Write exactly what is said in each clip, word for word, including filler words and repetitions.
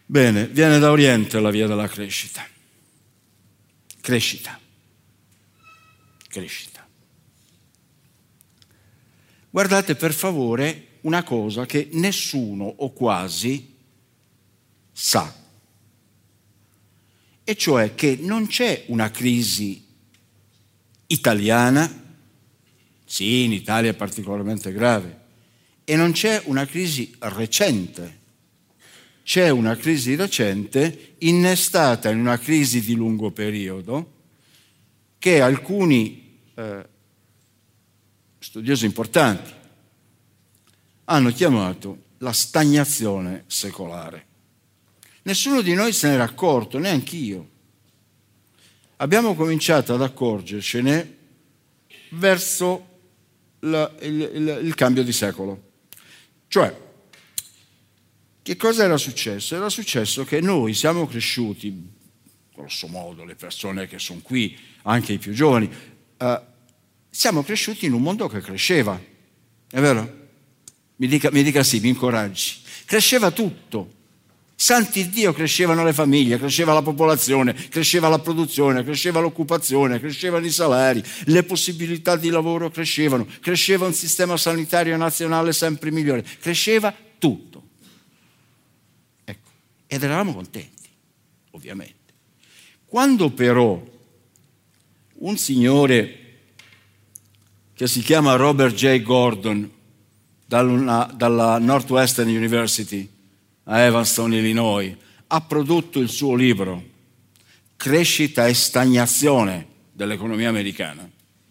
Bene, viene da Oriente la via della crescita. Crescita. Crescita. Guardate per favore una cosa che nessuno o quasi sa, e cioè che non c'è una crisi italiana, sì, in Italia è particolarmente grave, e non c'è una crisi recente. C'è una crisi recente innestata in una crisi di lungo periodo che alcuni eh, studiosi importanti hanno chiamato la stagnazione secolare. Nessuno di noi se n'era accorto, neanche io. Abbiamo cominciato ad accorgercene verso la, il, il, il cambio di secolo. Cioè, che cosa era successo? Era successo che noi siamo cresciuti, grosso modo, le persone che sono qui, anche i più giovani, eh, siamo cresciuti in un mondo che cresceva, è vero? Mi dica, mi dica sì, mi incoraggi. Cresceva tutto. Santi Dio, crescevano le famiglie, cresceva la popolazione, cresceva la produzione, cresceva l'occupazione, crescevano i salari, le possibilità di lavoro crescevano, cresceva un sistema sanitario nazionale sempre migliore, cresceva tutto. Ecco, ed eravamo contenti, ovviamente. Quando però un signore che si chiama Robert J. Gordon dalla, dalla Northwestern University a Evanston, Illinois, ha prodotto il suo libro Crescita e stagnazione dell'economia americana.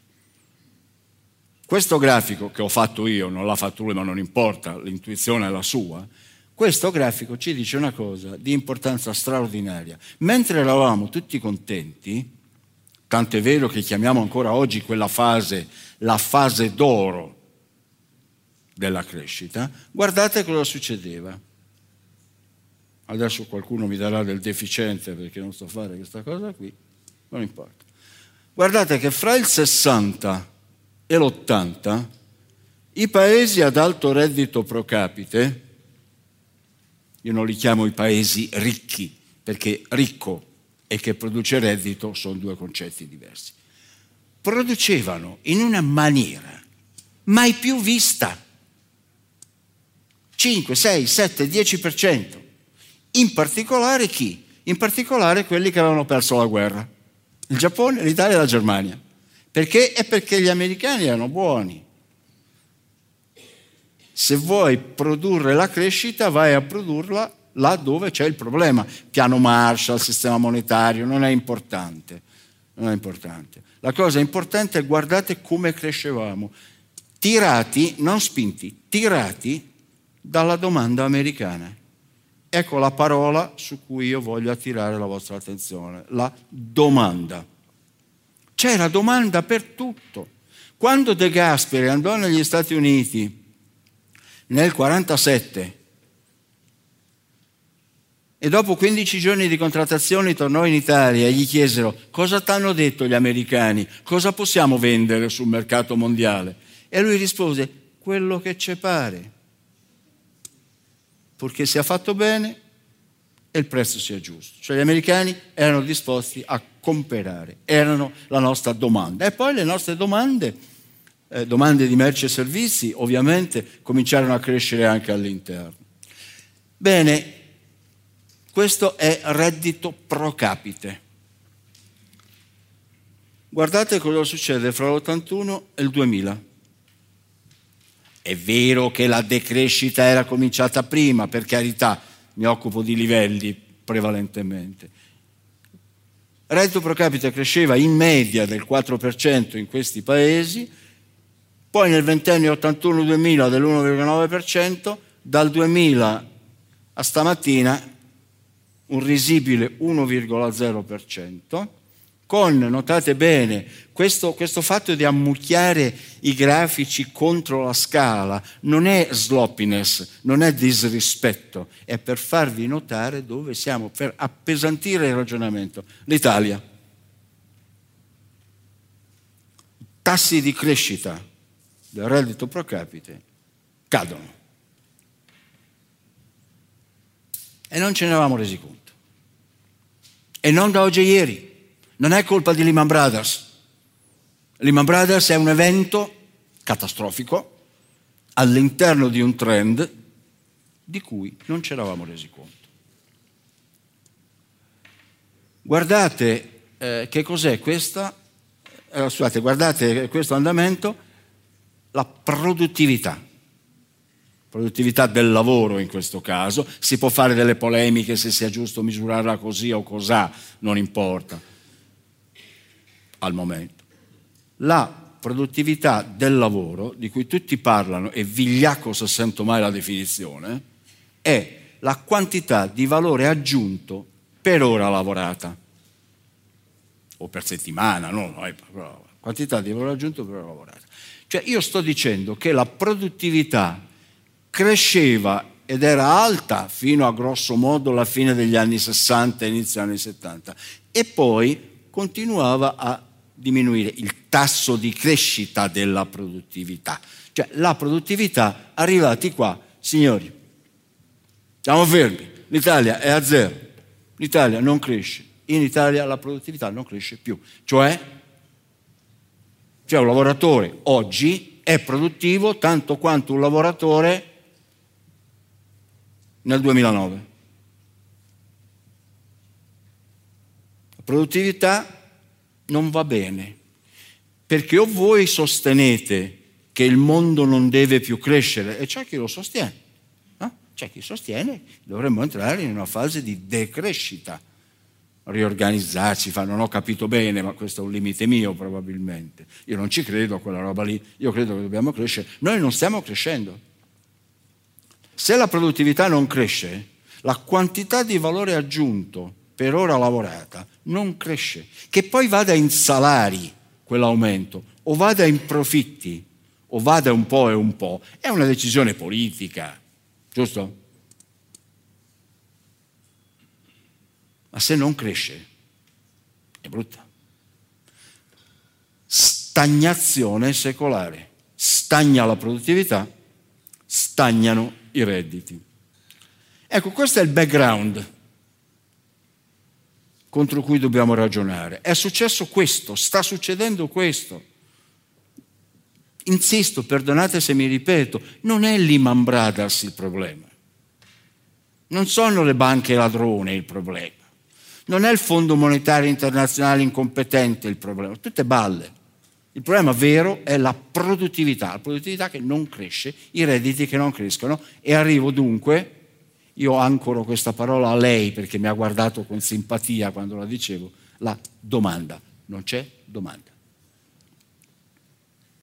Questo grafico, che ho fatto io, non l'ha fatto lui, ma non importa, l'intuizione è la sua, questo grafico ci dice una cosa di importanza straordinaria. Mentre eravamo tutti contenti, tant'è vero che chiamiamo ancora oggi quella fase la fase d'oro della crescita, guardate cosa succedeva. Adesso qualcuno mi darà del deficiente perché non so fare questa cosa qui, non importa. Guardate che fra il sessanta e l'ottanta i paesi ad alto reddito pro capite, io non li chiamo i paesi ricchi, perché ricco e che produce reddito sono due concetti diversi, producevano in una maniera mai più vista cinque, sei, sette, dieci per cento. In particolare chi? In particolare quelli che avevano perso la guerra. Il Giappone, l'Italia e la Germania. Perché? È perché gli americani erano buoni. Se vuoi produrre la crescita, vai a produrla là dove c'è il problema. Piano Marshall, sistema monetario, non è importante. Non è importante. La cosa importante è guardate come crescevamo. Tirati, non spinti, tirati dalla domanda americana. Ecco la parola su cui io voglio attirare la vostra attenzione, la domanda. C'era domanda per tutto. Quando De Gasperi andò negli Stati Uniti nel quarantasette e dopo quindici giorni di contrattazioni tornò in Italia e gli chiesero cosa t'hanno detto gli americani, cosa possiamo vendere sul mercato mondiale? E lui rispose quello che ci pare, purché sia fatto bene e il prezzo sia giusto. Cioè gli americani erano disposti a comprare, erano la nostra domanda. E poi le nostre domande, eh, domande di merci e servizi, ovviamente cominciarono a crescere anche all'interno. Bene, questo è reddito pro capite. Guardate cosa succede fra l'ottantuno e il duemila. È vero che la decrescita era cominciata prima, per carità, mi occupo di livelli prevalentemente. Il reddito pro capite cresceva in media del quattro per cento in questi paesi, poi nel ventennio ottantuno duemila dell'uno virgola nove per cento, dal duemila a stamattina un risibile uno virgola zero per cento, con, notate bene, questo, questo fatto di ammucchiare i grafici contro la scala non è sloppiness, non è disrispetto, è per farvi notare dove siamo, per appesantire il ragionamento. L'Italia. Tassi di crescita del reddito pro capite cadono. E non ce ne eravamo resi conto. E non da oggi a ieri. Non è colpa di Lehman Brothers. Lehman Brothers è un evento catastrofico all'interno di un trend di cui non ci eravamo resi conto. Guardate eh, che cos'è questa, eh, scusate, guardate questo andamento, la produttività. Produttività del lavoro in questo caso. Si può fare delle polemiche se sia giusto misurarla così o cosà, non importa al momento. La produttività del lavoro, di cui tutti parlano e vigliacco se sento mai la definizione, è la quantità di valore aggiunto per ora lavorata, o per settimana, no, no, però quantità di valore aggiunto per ora lavorata. Cioè io sto dicendo che la produttività cresceva ed era alta fino a grosso modo la fine degli anni sessanta e inizio anni settanta e poi continuava a diminuire il tasso di crescita della produttività. Cioè la produttività, arrivati qua, signori, siamo fermi, l'Italia è a zero, l'Italia non cresce, in Italia la produttività non cresce più. Cioè, cioè un lavoratore oggi è produttivo tanto quanto un lavoratore nel duemilanove. La produttività non va bene, perché o voi sostenete che il mondo non deve più crescere, e c'è chi lo sostiene, no? C'è chi sostiene che dovremmo entrare in una fase di decrescita, riorganizzarci, fa, non ho capito bene, ma questo è un limite mio probabilmente. Io non ci credo a quella roba lì, io credo che dobbiamo crescere. Noi non stiamo crescendo. Se la produttività non cresce, la quantità di valore aggiunto per ora lavorata non cresce. Che poi vada in salari quell'aumento, o vada in profitti, o vada un po' e un po', è una decisione politica, giusto? Ma se non cresce, è brutta. Stagnazione secolare. Stagna la produttività, stagnano i redditi. Ecco, questo è il background contro cui dobbiamo ragionare. È successo questo, sta succedendo questo. Insisto, perdonate se mi ripeto, non è Lehman Brothers il problema. Non sono le banche ladrone il problema. Non è il Fondo Monetario Internazionale incompetente il problema. Tutte balle. Il problema vero è la produttività, la produttività che non cresce, i redditi che non crescono, e arrivo dunque, io ancoro questa parola a lei perché mi ha guardato con simpatia quando la dicevo, la domanda. Non c'è domanda.